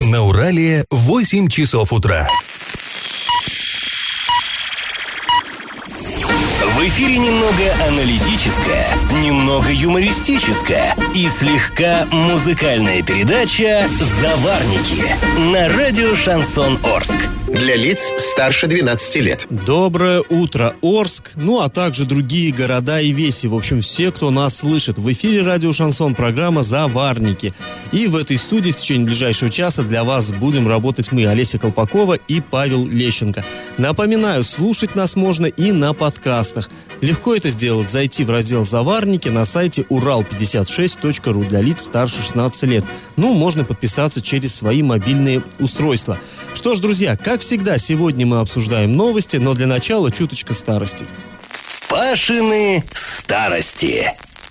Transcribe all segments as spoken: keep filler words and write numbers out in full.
На Урале восемь часов утра. В эфире немного аналитическая, немного юмористическая и слегка музыкальная передача «Заварники» на радио «Шансон Орск». Для лиц старше двенадцати лет. Доброе утро, Орск, ну а также другие города и веси. В общем, все, кто нас слышит. В эфире радио «Шансон», программа «Заварники». И в этой студии в течение ближайшего часа для вас будем работать мы, Олеся Колпакова и Павел Лещенко. Напоминаю, слушать нас можно и на подкастах. Легко это сделать, зайти в раздел «Заварники» на сайте урал пятьдесят шесть точка ру для лиц старше шестнадцати лет. Ну, можно подписаться через свои мобильные устройства. Что ж, друзья, как всегда, сегодня мы обсуждаем новости, но для начала чуточка старости. Пашины старости.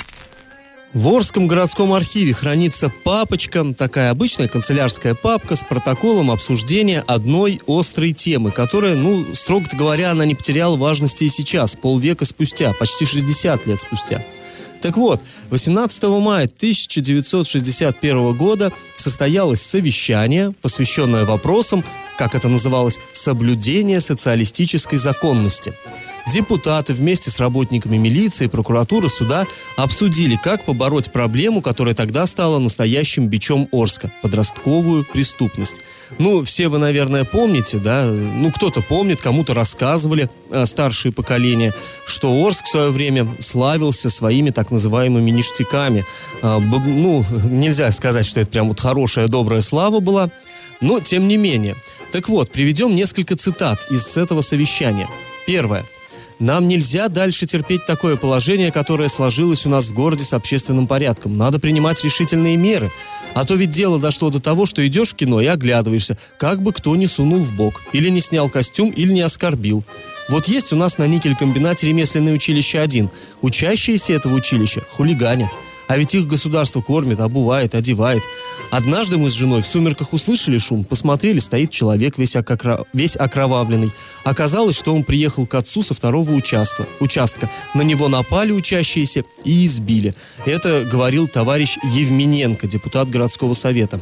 В Орском городском архиве хранится папочка, такая обычная канцелярская папка с протоколом обсуждения одной острой темы, которая, ну, строго говоря, она не потеряла важности и сейчас, полвека спустя, почти шестьдесят лет спустя. Так вот, восемнадцатого мая тысяча девятьсот шестьдесят первого года состоялось совещание, посвященное вопросам, как это называлось, соблюдения социалистической законности. Депутаты вместе с работниками милиции, прокуратуры, суда обсудили, как побороть проблему, которая тогда стала настоящим бичом Орска – подростковую преступность. Ну, все вы, наверное, помните, да? Ну, кто-то помнит, кому-то рассказывали э, старшие поколения, что Орск в свое время славился своими так называемыми ништяками. Э, б, ну, нельзя сказать, что это прям вот хорошая, добрая слава была, но тем не менее. Так вот, приведем несколько цитат из этого совещания. Первое. Нам нельзя дальше терпеть такое положение, которое сложилось у нас в городе с общественным порядком. Надо принимать решительные меры. А то ведь дело дошло до того, что идешь в кино и оглядываешься, как бы кто ни сунул в бок, или не снял костюм, или не оскорбил. Вот есть у нас на никель-комбинате ремесленное училище один. Учащиеся этого училища хулиганят. А ведь их государство кормит, обувает, одевает. Однажды мы с женой в сумерках услышали шум, посмотрели, стоит человек весь, ококра... весь окровавленный. Оказалось, что он приехал к отцу со второго участка. участка. На него напали учащиеся и избили. Это говорил товарищ Евмененко, депутат городского совета.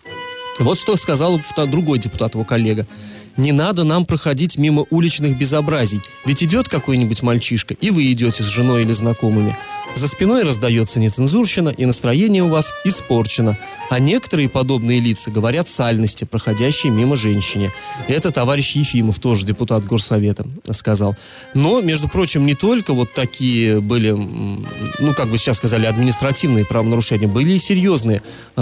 Вот что сказал другой депутат, его коллега. Не надо нам проходить мимо уличных безобразий. Ведь идет какой-нибудь мальчишка, и вы идете с женой или знакомыми. За спиной раздается нецензурщина, и настроение у вас испорчено. А некоторые подобные лица говорят сальности, проходящие мимо женщине. Это товарищ Ефимов, тоже депутат горсовета, сказал. Но, между прочим, не только вот такие были, ну, как бы сейчас сказали, административные правонарушения, были и серьезные.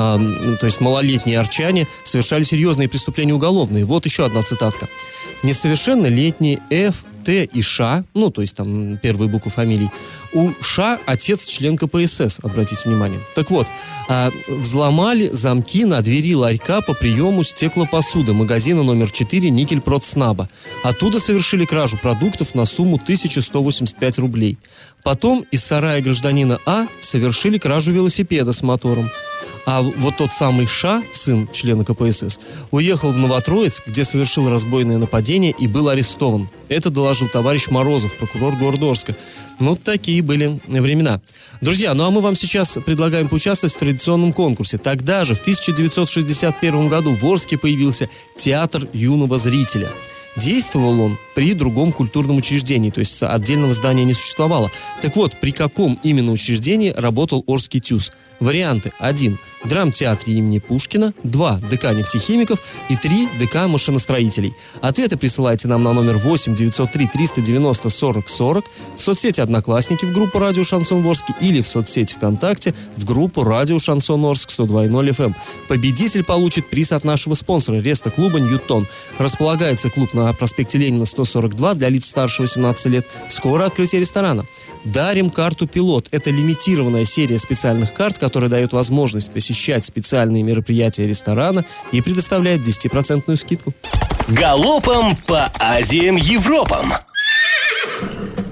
Э, то есть малолетние арчане совершали серьезные преступления уголовные. Вот еще одна цитата. Несовершеннолетние Ф, Т и Ш, ну, то есть там первые буквы фамилий, у Ш отец член ка пэ эс эс, обратите внимание. Так вот, э, взломали замки на двери ларька по приему стеклопосуды магазина номер четыре Никельпродснаба. Оттуда совершили кражу продуктов на сумму тысяча сто восемьдесят пять рублей. Потом из сарая гражданина А совершили кражу велосипеда с мотором. А вот тот самый Ша, сын члена ка пэ эс эс, уехал в Новотроицк, где совершил разбойное нападение и был арестован. Это доложил товарищ Морозов, прокурор города Орска. Ну, такие были времена. Друзья, ну а мы вам сейчас предлагаем поучаствовать в традиционном конкурсе. Тогда же, в тысяча девятьсот шестьдесят первом году, в Орске появился театр юного зрителя. Действовал он при другом культурном учреждении, то есть отдельного здания не существовало. Так вот, при каком именно учреждении работал Орский ТЮЗ? Варианты. один. Драмтеатре имени Пушкина. два. ДК нефтехимиков. И три. ДК машиностроителей. Ответы присылайте нам на номер восемь девятьсот три триста девяносто сорок сорок, в соцсети «Одноклассники» в группу «Радио Шансон Орск» или в соцсети ВКонтакте в группу «Радио Шансон Орск» сто два и ноль эф эм. Победитель получит приз от нашего спонсора Реста-клуба «Ньютон». Располагается клуб на проспекте Ленина сто сорок два для лиц старше восемнадцати лет. Скоро открытие ресторана. Дарим карту «Пилот». Это лимитированная серия специальных карт, которая дает возможность посещать специальные мероприятия ресторана и предоставляет десятипроцентную скидку. Галопом по Азиям, Европам.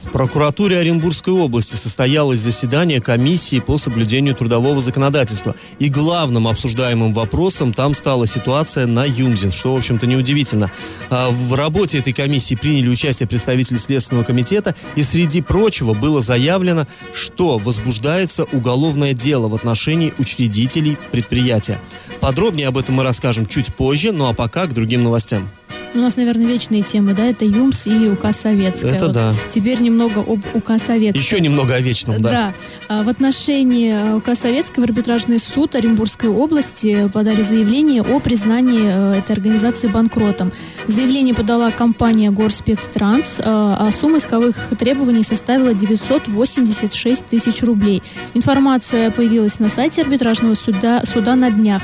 В прокуратуре Оренбургской области состоялось заседание комиссии по соблюдению трудового законодательства. И главным обсуждаемым вопросом там стала ситуация на ЮМЗе, что, в общем-то, неудивительно. В работе этой комиссии приняли участие представители Следственного комитета, и, среди прочего, было заявлено, что возбуждается уголовное дело в отношении учредителей предприятия. Подробнее об этом мы расскажем чуть позже, ну а пока к другим новостям. У нас, наверное, вечные темы, да, это ЮМС и УК Советская. Это вот. да. Теперь немного об УК Советской. Еще немного о вечном, да. Да. В отношении УК Советской в арбитражный суд Оренбургской области подали заявление о признании этой организации банкротом. Заявление подала компания Горспецтранс, а сумма исковых требований составила девятьсот восемьдесят шесть тысяч рублей. Информация появилась на сайте арбитражного суда, суда на днях.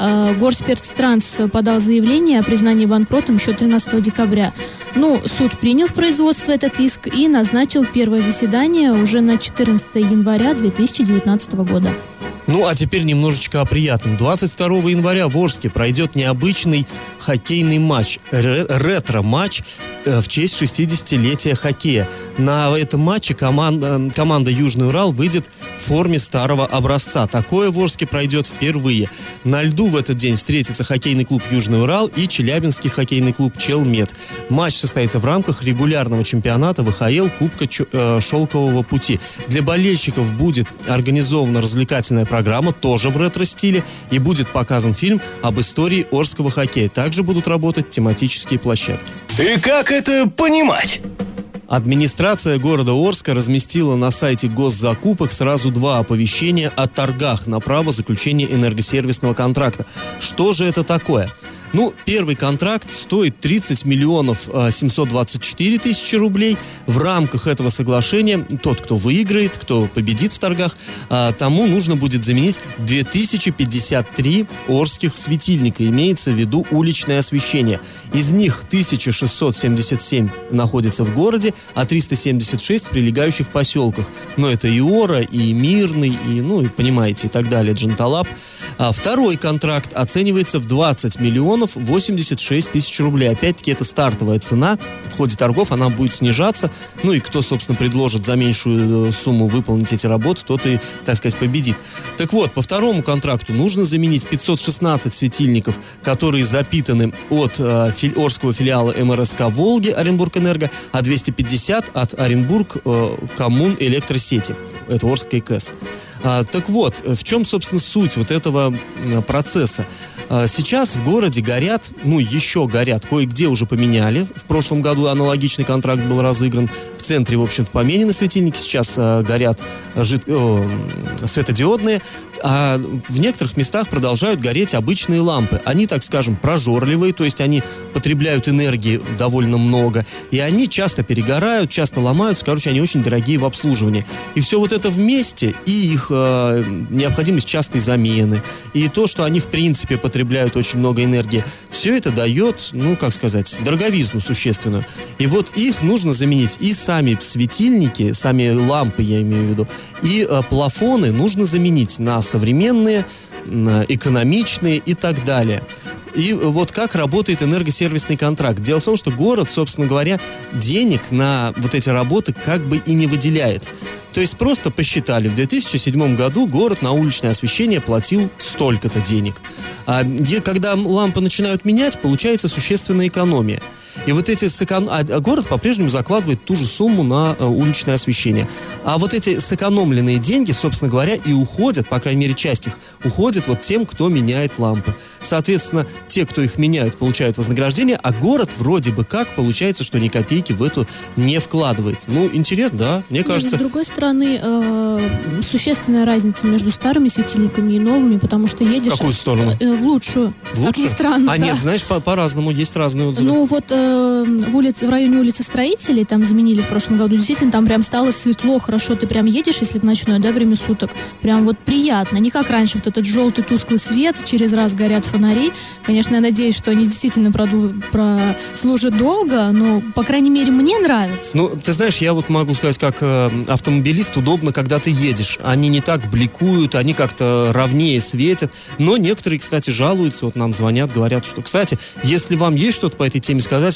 Горспецтранс подал заявление о признании банкротом еще тринадцатого декабря. Ну, суд принял в производство этот иск и назначил первое заседание уже на четырнадцатое января две тысячи девятнадцатого года. Ну, а теперь немножечко о приятном. двадцать второго января в Орске пройдет необычный хоккейный матч, ретро-матч в честь шестидесятилетия хоккея. На этом матче команда, команда «Южный Урал» выйдет в форме старого образца. Такое в Орске пройдет впервые. На льду в этот день встретится хоккейный клуб «Южный Урал» и челябинский хоккейный клуб «Челмет». Матч состоится в рамках регулярного чемпионата вэ ха эл Кубка Шелкового пути. Для болельщиков будет организована развлекательная программа, тоже в ретро-стиле, и будет показан фильм об истории орского хоккея. Также будут работать тематические площадки. И как это понимать? Администрация города Орска разместила на сайте госзакупок сразу два оповещения о торгах на право заключения энергосервисного контракта. Что же это такое? Ну, первый контракт стоит тридцать миллионов семьсот двадцать четыре тысячи рублей. В рамках этого соглашения тот, кто выиграет, кто победит в торгах, тому нужно будет заменить две тысячи пятьдесят три орских светильника. Имеется в виду уличное освещение. Из них тысяча шестьсот семьдесят семь находится в городе, а триста семьдесят шесть в прилегающих поселках. Но это и Ора, и Мирный, и, ну, и понимаете, и так далее, Дженталап. А второй контракт оценивается в двадцать миллионов восемьдесят шесть тысяч рублей. Опять-таки, это стартовая цена. В ходе торгов она будет снижаться. Ну и кто, собственно, предложит за меньшую сумму выполнить эти работы, тот и, так сказать, победит. Так вот, по второму контракту нужно заменить пятьсот шестнадцать светильников, которые запитаны от э, фи, Орского филиала эм эр эс ка «Волги» Оренбургэнерго, а двести пятьдесят от Оренбург э, Коммун Электросети. Это Орская КЭС. А, так вот, в чем, собственно, суть вот этого процесса? А, сейчас в городе горят, ну, еще горят, кое-где уже поменяли. В прошлом году аналогичный контракт был разыгран. В центре, в общем-то, поменены светильники. Сейчас а, горят жид... О, светодиодные. А в некоторых местах продолжают гореть обычные лампы. Они, так скажем, прожорливые, то есть они потребляют энергии довольно много. И они часто перегорают, часто ломаются. Короче, они очень дорогие в обслуживании. И все вот это вместе, и их э, необходимость частой замены, и то, что они, в принципе, потребляют очень много энергии, все это дает, ну, как сказать, дороговизну существенную. И вот их нужно заменить. И сами светильники, сами лампы, я имею в виду, и э, плафоны нужно заменить на современные, э, экономичные и так далее. И вот как работает энергосервисный контракт. Дело в том, что город, собственно говоря, денег на вот эти работы как бы и не выделяет. То есть просто посчитали, в две тысячи седьмом году город на уличное освещение платил столько-то денег. А когда лампы начинают менять, получается существенная экономия. И вот эти сэкон... а город по-прежнему закладывает ту же сумму на э, уличное освещение. А вот эти сэкономленные деньги, собственно говоря, и уходят, по крайней мере, часть их, уходит вот тем, кто меняет лампы. Соответственно, те, кто их меняют, получают вознаграждение, а город вроде бы как получается, что ни копейки в эту не вкладывает. Ну, интересно, да, мне кажется. С другой стороны, э, существенная разница между старыми светильниками и новыми, потому что едешь... В какую сторону? Э, в лучшую. В лучшую? Как ни странно, а да. нет, знаешь, по- по-разному, есть разные отзывы. Ну, вот э, в, улице, в районе улицы Строителей, там заменили в прошлом году, действительно, там прям стало светло, хорошо, ты прям едешь, если в ночное, да, время суток, прям вот приятно, не как раньше, вот этот желтый тусклый свет, через раз горят фонари. Конечно, я надеюсь, что они действительно проду- прослужат долго, но, по крайней мере, мне нравится. Ну, ты знаешь, я вот могу сказать, как э, автомобилист, удобно, когда ты едешь. Они не так бликуют, они как-то ровнее светят. Но некоторые, кстати, жалуются, вот нам звонят, говорят, что, кстати, если вам есть что-то по этой теме сказать,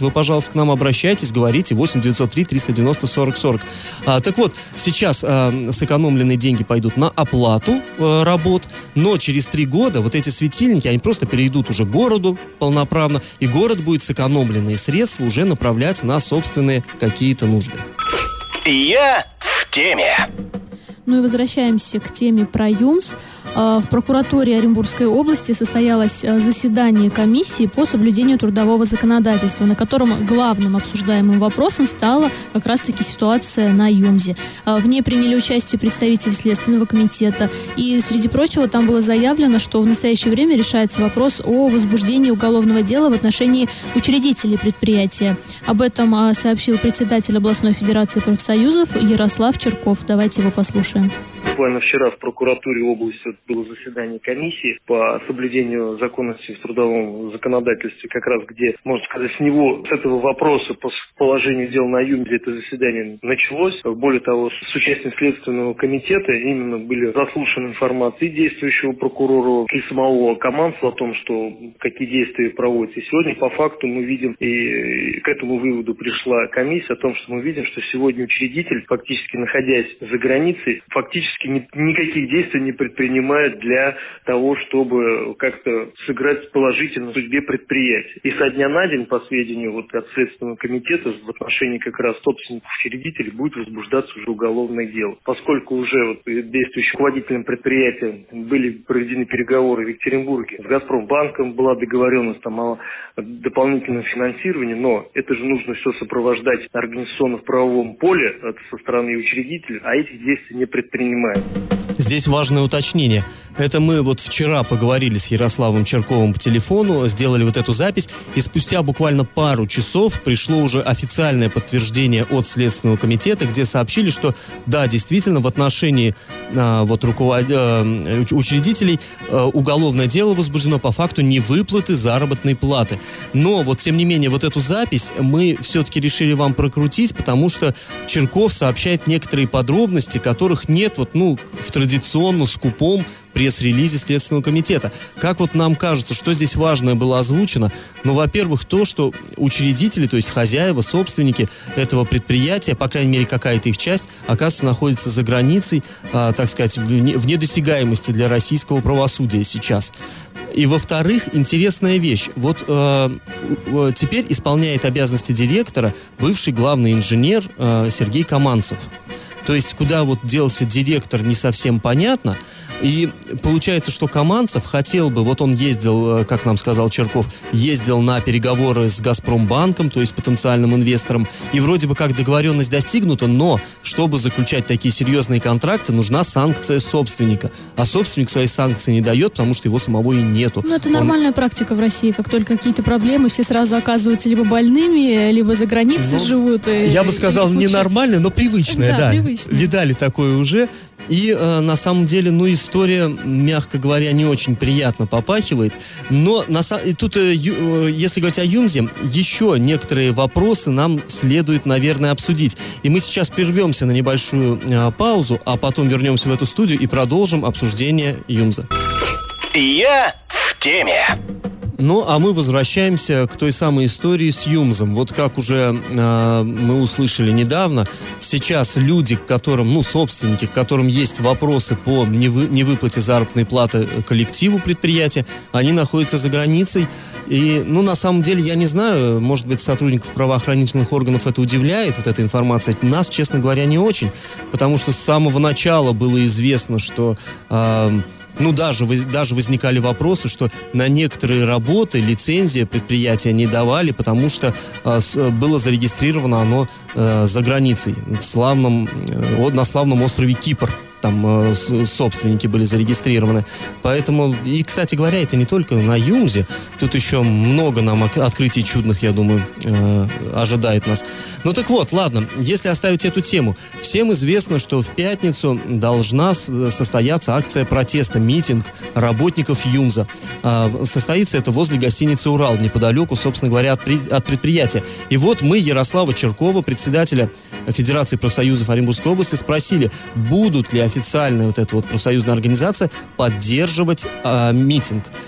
вы, пожалуйста, к нам обращайтесь, говорите восемь девятьсот три триста девяносто сорок сорок. А, так вот, сейчас а, сэкономленные деньги пойдут на оплату а, работ, но через три года вот эти светильники, они просто перейдут уже к городу полноправно, и город будет сэкономленные средства уже направлять на собственные какие-то нужды. Я в теме. Ну и возвращаемся к теме про ЮМС. В прокуратуре Оренбургской области состоялось заседание комиссии по соблюдению трудового законодательства, на котором главным обсуждаемым вопросом стала как раз-таки ситуация на ЮМЗе. В ней приняли участие представители Следственного комитета. И, среди прочего, там было заявлено, что в настоящее время решается вопрос о возбуждении уголовного дела в отношении учредителей предприятия. Об этом сообщил председатель областной федерации профсоюзов Ярослав Черков. Давайте его послушаем. Буквально вчера в прокуратуре области было заседание комиссии по соблюдению законности в трудовом законодательстве, как раз где, можно сказать, с него, с этого вопроса по положению дел на ЮМЗе это заседание началось. Более того, с участием Следственного комитета именно были заслушаны информации действующего прокурора и самого Каманцева о том, что какие действия проводятся. И сегодня по факту мы видим, и к этому выводу пришла комиссия, о том, что мы видим, что сегодня учредитель, фактически находясь за границей, фактически ни, никаких действий не предпринимает для того, чтобы как-то сыграть положительно в судьбе предприятия. И со дня на день, по сведению вот от Следственного комитета, в отношении как раз собственников учредителей будет возбуждаться уже уголовное дело. Поскольку уже вот действующим руководителем предприятия были проведены переговоры в Екатеринбурге с Газпромбанком, была договоренность там о дополнительном финансировании, но это же нужно все сопровождать организационно в правовом поле со стороны учредителя, а этих действий не предпринимают. Здесь важное уточнение. Это мы вот вчера поговорили с Ярославом Черковым по телефону, сделали вот эту запись, и спустя буквально пару часов пришло уже официальное подтверждение от Следственного комитета, где сообщили, что да, действительно, в отношении а, вот, руковод... а, учредителей а, уголовное дело возбуждено по факту невыплаты заработной платы. Но вот, тем не менее, вот эту запись мы все-таки решили вам прокрутить, потому что Черков сообщает некоторые подробности, которых нет вот, ну, в традиционно скупом пресс-релизе Следственного комитета. Как вот нам кажется, что здесь важное было озвучено? Ну, во-первых, то, что учредители, то есть хозяева, собственники этого предприятия, по крайней мере, какая-то их часть, оказывается, находится за границей, а, так сказать, в, не, в недосягаемости для российского правосудия сейчас. И, во-вторых, интересная вещь. Вот э, э, теперь исполняет обязанности директора бывший главный инженер э, Сергей Каманцев. То есть, куда вот делся директор, не совсем понятно. И получается, что Каманцев хотел бы, вот он ездил, как нам сказал Черков, ездил на переговоры с Газпромбанком, то есть потенциальным инвестором, и вроде бы как договоренность достигнута, но чтобы заключать такие серьезные контракты, нужна санкция собственника. А собственник свои санкции не дает, потому что его самого и нету. Ну, это нормальная он... практика в России. Как только какие-то проблемы, все сразу оказываются либо больными, либо за границей ну, живут. И, я бы сказал, и не нормальная, но привычная, да. да. Привычная. Видали такое уже. И э, на самом деле, ну, история, мягко говоря, не очень приятно попахивает. Но на, и тут, э, ю, э, если говорить о ЮМЗе, еще некоторые вопросы нам следует, наверное, обсудить. И мы сейчас прервемся на небольшую э, паузу, а потом вернемся в эту студию и продолжим обсуждение ЮМЗа. Я в теме. Ну, а мы возвращаемся к той самой истории с ЮМЗом. Вот как уже э, мы услышали недавно, сейчас люди, к которым, ну, собственники, к которым есть вопросы по невы, невыплате заработной платы коллективу предприятия, они находятся за границей. И, ну, на самом деле, я не знаю, может быть, сотрудников правоохранительных органов это удивляет, вот эта информация. Нас, честно говоря, не очень, потому что с самого начала было известно, что... Э, Ну, даже, даже возникали вопросы, что на некоторые работы лицензия предприятия не давали, потому что э, было зарегистрировано оно э, за границей, в славном, э, на славном острове Кипр. Там э, собственники были зарегистрированы. Поэтому, и, кстати говоря, это не только на ЮМЗе. Тут еще много нам открытий чудных, я думаю, э, ожидает нас. Ну так вот, ладно, если оставить эту тему. Всем известно, что в пятницу должна состояться акция протеста, митинг работников ЮМЗа. Э, состоится это возле гостиницы «Урал», неподалеку, собственно говоря, от, при, от предприятия. И вот мы Ярослава Черкова, председателя Федерации профсоюзов Оренбургской области, спросили, будут ли официальная вот эта вот профсоюзная организация поддерживать э, митинг.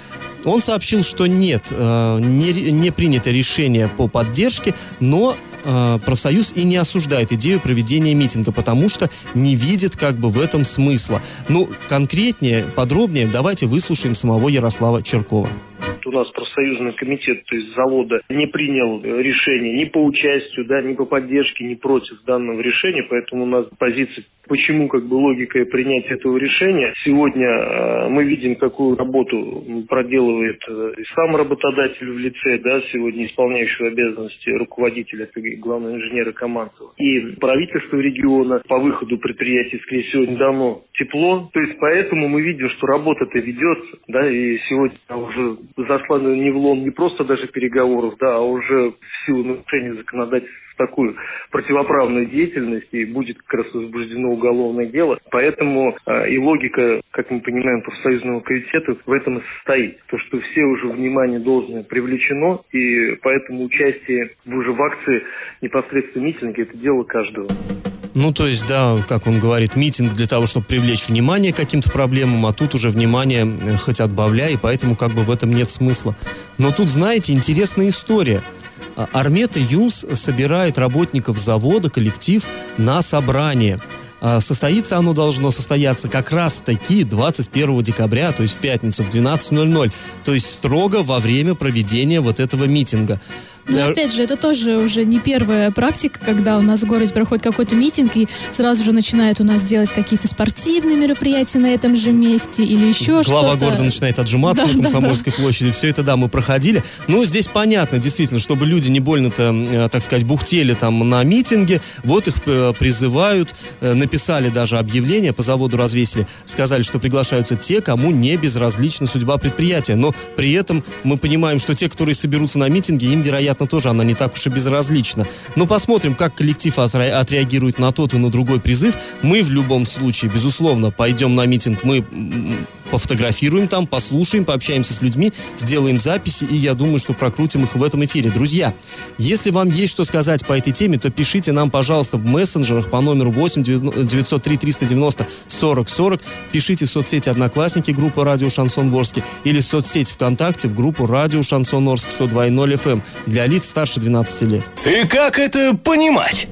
Он сообщил, что нет, не, не принято решение по поддержке, но профсоюз и не осуждает идею проведения митинга, потому что не видит как бы в этом смысла. Ну, конкретнее, подробнее давайте выслушаем самого Ярослава Черкова. У нас профсоюзный комитет, то есть завода, не принял решение ни по участию, да, ни по поддержке, ни против данного решения, поэтому у нас позиция, почему как бы логика принятия этого решения. Сегодня э, мы видим, какую работу проделывает э, и сам работодатель в лице, да, сегодня исполняющего обязанности руководителя, главного инженера Каманцева, и правительство региона по выходу предприятий, скорее всего, дано тепло. То есть поэтому мы видим, что работа-то ведется, да, и сегодня уже зашла не в лом не просто даже переговоров, да, а уже в силу нарушения законодательства в такую противоправную деятельность, и будет как раз возбуждено уголовное дело. Поэтому э, и логика, как мы понимаем, профсоюзного комитета в этом и состоит. То, что все уже внимание должное привлечено, и поэтому участие уже в акции непосредственно митинга – это дело каждого. Ну, то есть, да, как он говорит, митинг для того, чтобы привлечь внимание к каким-то проблемам, а тут уже внимание хоть отбавляй, и поэтому как бы в этом нет смысла. Но тут, знаете, интересная история. Армета ЮМС собирает работников завода, коллектив на собрание. Состоится оно должно состояться как раз-таки двадцать первого декабря, то есть в пятницу в двенадцать ноль ноль, то есть строго во время проведения вот этого митинга. Но опять же, это тоже уже не первая практика, когда у нас в городе проходит какой-то митинг, и сразу же начинают у нас делать какие-то спортивные мероприятия на этом же месте или еще Глава что-то. Глава города начинает отжиматься да, на Комсомольской да, да. площади. Все это, да, мы проходили. Ну, здесь понятно, действительно, чтобы люди не больно-то, так сказать, бухтели там на митинге. Вот их призывают, написали даже объявление, по заводу развесили, сказали, что приглашаются те, кому не безразлична судьба предприятия. Но при этом мы понимаем, что те, которые соберутся на митинге, им, вероятно, тоже она не так уж и безразлична. Но посмотрим, как коллектив отреагирует на тот и на другой призыв. Мы в любом случае, безусловно, пойдем на митинг, мы пофотографируем там, послушаем, пообщаемся с людьми, сделаем записи, и я думаю, что прокрутим их в этом эфире. Друзья, если вам есть что сказать по этой теме, то пишите нам, пожалуйста, в мессенджерах по номеру восемь девятьсот три триста девяносто сорок сорок, пишите в соцсети «Одноклассники» группы «Радио Шансон Орск» или в соцсеть ВКонтакте в группу «Радио Шансон Орск» сто два и ноль эф эм для лиц старше двенадцати лет. И как это понимать?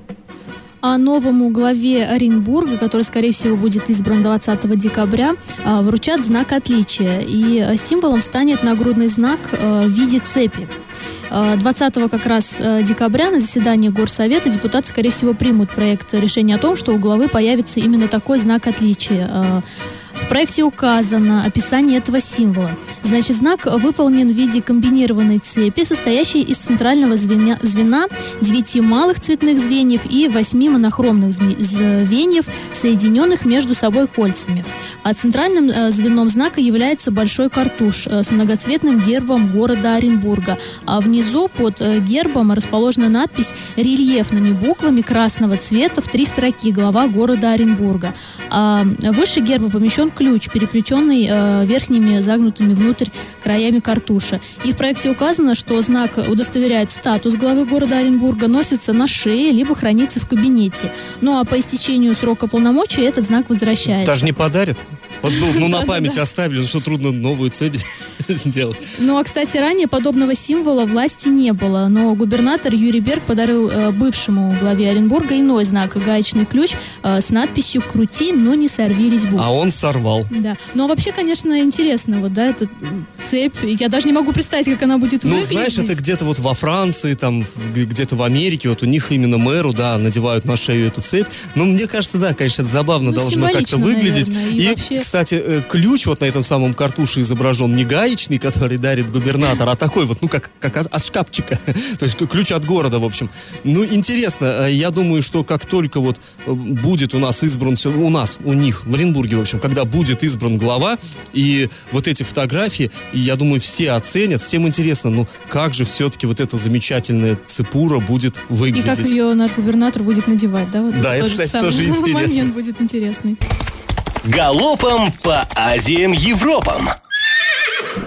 А новому главе Оренбурга, который, скорее всего, будет избран двадцатого декабря, вручат знак отличия. И символом станет нагрудный знак в виде цепи. двадцатого как раз декабря на заседании Горсовета депутаты, скорее всего, примут проект решения о том, что у главы появится именно такой знак отличия. В проекте указано описание этого символа. Значит, знак выполнен в виде комбинированной цепи, состоящей из центрального звена, звена девяти малых цветных звеньев и восьми монохромных звеньев, соединенных между собой кольцами. А центральным звеном знака является большой картуш с многоцветным гербом города Оренбурга. А внизу под гербом расположена надпись рельефными буквами красного цвета в три строки «Глава города Оренбурга». А выше герба помещен ключ, переплетенный э, верхними загнутыми внутрь краями картуша. И в проекте указано, что знак удостоверяет статус главы города Оренбурга, носится на шее, либо хранится в кабинете. Ну а по истечению срока полномочий этот знак возвращается. Даже не подарят? Вот, ну, ну на память оставили, ну что, трудно новую цепь сделать. Ну, а, кстати, ранее подобного символа власти не было, но губернатор Юрий Берг подарил э, бывшему главе Оренбурга иной знак, гаечный ключ э, с надписью «Крути, но не сорви резьбу». А он сорвал. Да. Ну, а вообще, конечно, интересно, вот, да, эта цепь. Я даже не могу представить, как она будет ну, выглядеть. Ну, знаешь, это где-то вот во Франции, там, где-то в Америке, вот у них именно мэру, да, надевают на шею эту цепь. Но мне кажется, да, конечно, это забавно ну, должно как-то выглядеть. Наверное. И, И вообще... кстати, ключ вот на этом самом картуше изображен не гаечный, который дарит губернатор, а такой вот, ну, как, как от, от шкафчика. То есть ключ от города, в общем. Ну, интересно, я думаю, что как только вот будет у нас избран, все, у нас, у них, в Оренбурге, в общем, когда будет избран глава, и вот эти фотографии, я думаю, все оценят, всем интересно, ну, как же все-таки вот эта замечательная цепура будет выглядеть. И как ее наш губернатор будет надевать, да? Вот да, это, кстати, тоже интересно. Момент будет интересный. Галопом по Азиям Европам.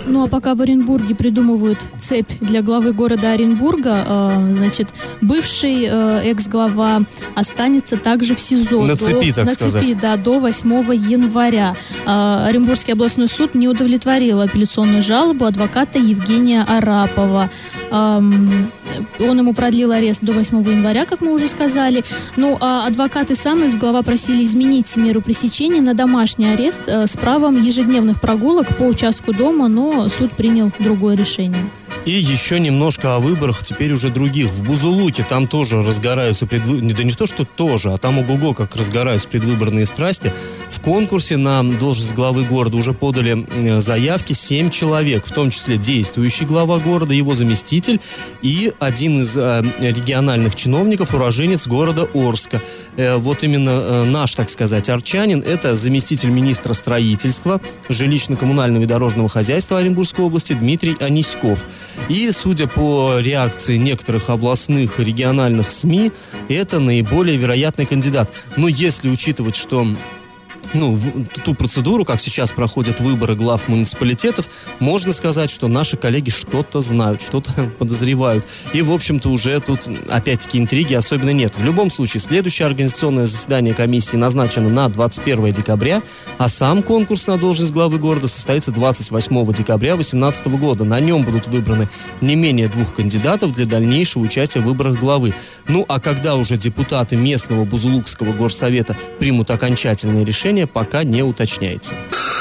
Ну а пока в Оренбурге придумывают цепь для главы города Оренбурга, э, значит, бывший э, экс-глава останется также в СИЗО. На до, цепи, так на сказать. цепи, да, до восьмого января. Э, Оренбургский областной суд не удовлетворил апелляционную жалобу адвоката Евгения Арапова. Э, он ему продлил арест до восьмого января, как мы уже сказали. Ну а адвокат и сам экс-глава просили изменить меру пресечения на домашний арест э, с правом ежедневных прогулок по участку дома, но суд принял другое решение. И еще немножко о выборах, теперь уже других. В Бузулуке там тоже разгораются предвыборные... Да не то, что тоже, а там ого-го, как разгораются предвыборные страсти. В конкурсе на должность главы города уже подали заявки семь человек, в том числе действующий глава города, его заместитель и один из э, региональных чиновников, уроженец города Орска. Э, вот именно э, наш, так сказать, орчанин, это заместитель министра строительства, жилищно-коммунального и дорожного хозяйства Оренбургской области Дмитрий Аниськов. И, судя по реакции некоторых областных и региональных СМИ, это наиболее вероятный кандидат. Но если учитывать, что... Ну, в, ту процедуру, как сейчас проходят выборы глав муниципалитетов, можно сказать, что наши коллеги что-то знают, что-то подозревают. И, в общем-то, уже тут, опять-таки, интриги особенно нет. В любом случае, следующее организационное заседание комиссии назначено на двадцать первое декабря, а сам конкурс на должность главы города состоится двадцать восьмого декабря две тысячи восемнадцатого года. На нем будут выбраны не менее двух кандидатов для дальнейшего участия в выборах главы. Ну, а когда уже депутаты местного Бузулукского горсовета примут окончательное решение, пока не уточняется.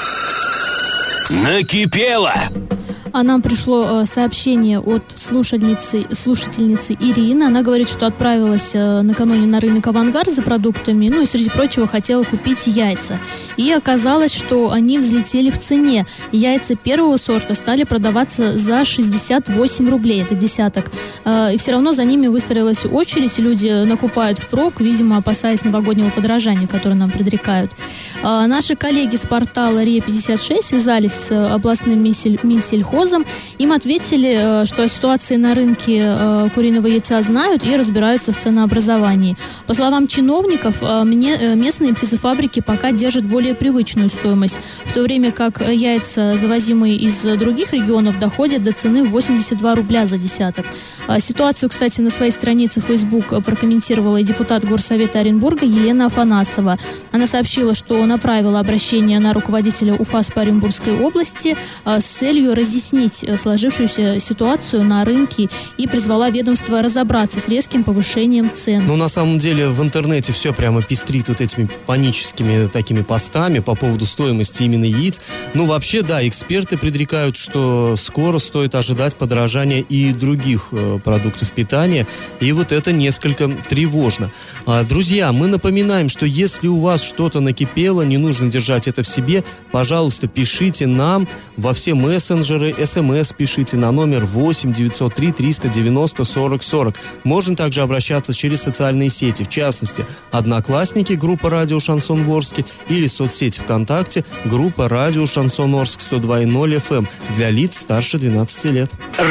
Накипело! А нам пришло э, сообщение от слушательницы, слушательницы Ирины. Она говорит, что отправилась э, накануне на рынок «Авангард» за продуктами, ну и, среди прочего, хотела купить яйца. И оказалось, что они взлетели в цене. Яйца первого сорта стали продаваться за шестьдесят восемь рублей, это десяток. Э, и все равно за ними выстроилась очередь, люди накупают впрок, видимо, опасаясь новогоднего подорожания, которое нам предрекают. Э, наши коллеги с портала РИА пятьдесят шесть связались с областным Минсельхозом. Им ответили, что о ситуации на рынке куриного яйца знают и разбираются в ценообразовании. По словам чиновников, местные птицефабрики пока держат более привычную стоимость, в то время как яйца, завозимые из других регионов, доходят до цены восемьдесят два рубля за десяток. Ситуацию, кстати, на своей странице в Facebook прокомментировала и депутат Горсовета Оренбурга Елена Афанасова. Она сообщила, что направила обращение на руководителя УФАС по Оренбургской области с целью разъяснить сложившуюся ситуацию на рынке и призвала ведомство разобраться с резким повышением цен. Ну, на самом деле, в интернете все прямо пестрит вот этими паническими такими постами по поводу стоимости именно яиц. Ну, вообще, да, эксперты предрекают, что скоро стоит ожидать подорожания и других э, продуктов питания, и вот это несколько тревожно. А, друзья, мы напоминаем, что если у вас что-то накипело, не нужно держать это в себе, пожалуйста, пишите нам во все мессенджеры, СМС пишите на номер восемь девятьсот три триста девяносто сорок сорок. Можно также обращаться через социальные сети, в частности, Одноклассники, группа «Радио Шансон Орске» или соцсеть ВКонтакте, группа «Радио Шансон Орск» сто два и ноль эф эм для лиц старше двенадцати лет.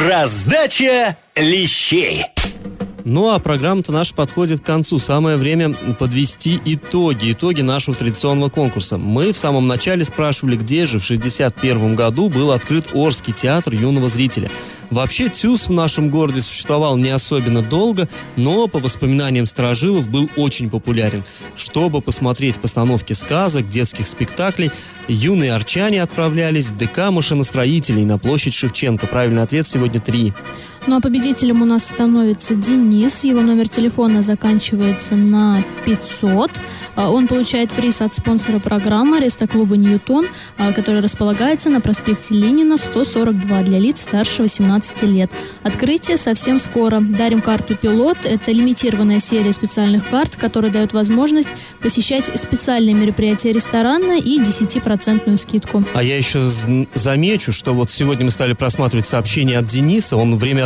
Раздача лещей. Ну, а программа-то наша подходит к концу. Самое время подвести итоги. Итоги нашего традиционного конкурса. Мы в самом начале спрашивали, где же в шестьдесят первом году был открыт Орский театр юного зрителя. Вообще, ТЮЗ в нашем городе существовал не особенно долго, но, по воспоминаниям старожилов, был очень популярен. Чтобы посмотреть постановки сказок, детских спектаклей, юные арчане отправлялись в ДК машиностроителей на площадь Шевченко. Правильный ответ сегодня три. Ну, а победителем у нас становится Денис. Его номер телефона заканчивается на пятьсот. Он получает приз от спонсора программы Рестоклуба «Ньютон», который располагается на проспекте Ленина, сто сорок два, для лиц старше восемнадцати лет. Открытие совсем скоро. Дарим карту «Пилот». Это лимитированная серия специальных карт, которая дает возможность посещать специальные мероприятия ресторана и десятипроцентную скидку. А я еще замечу, что вот сегодня мы стали просматривать сообщения от Дениса. Он время от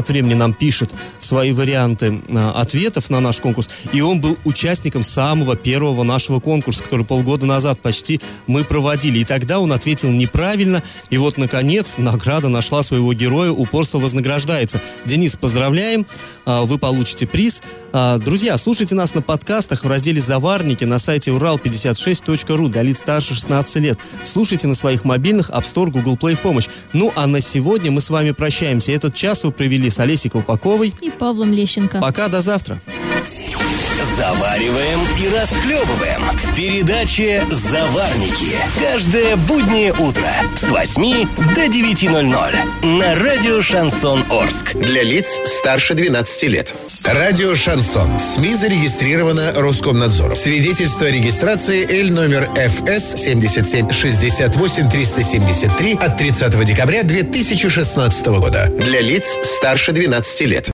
от времени нам пишет свои варианты а, ответов на наш конкурс. И он был участником самого первого нашего конкурса, который полгода назад почти мы проводили. И тогда он ответил неправильно. И вот, наконец, награда нашла своего героя. Упорство вознаграждается. Денис, поздравляем. А, вы получите приз. А, друзья, слушайте нас на подкастах в разделе «Заварники» на сайте урал пятьдесят шесть точка ру для лиц старше шестнадцати лет. Слушайте на своих мобильных, App Store, Google Play в помощь. Ну, а на сегодня мы с вами прощаемся. Этот час вы провели с Олесей Колпаковой и Павлом Лещенко. Пока, до завтра. Завариваем и расхлебываем в передаче «Заварники». Каждое буднее утро с восьми до девяти ноль-ноль на радио «Шансон Орск». Для лиц старше двенадцати лет. Радио «Шансон». СМИ зарегистрировано Роскомнадзором. Свидетельство о регистрации Л номер Ф С семьдесят семь шестьдесят восемь триста семьдесят три от тридцатого декабря две тысячи шестнадцатого года. Для лиц старше двенадцати лет.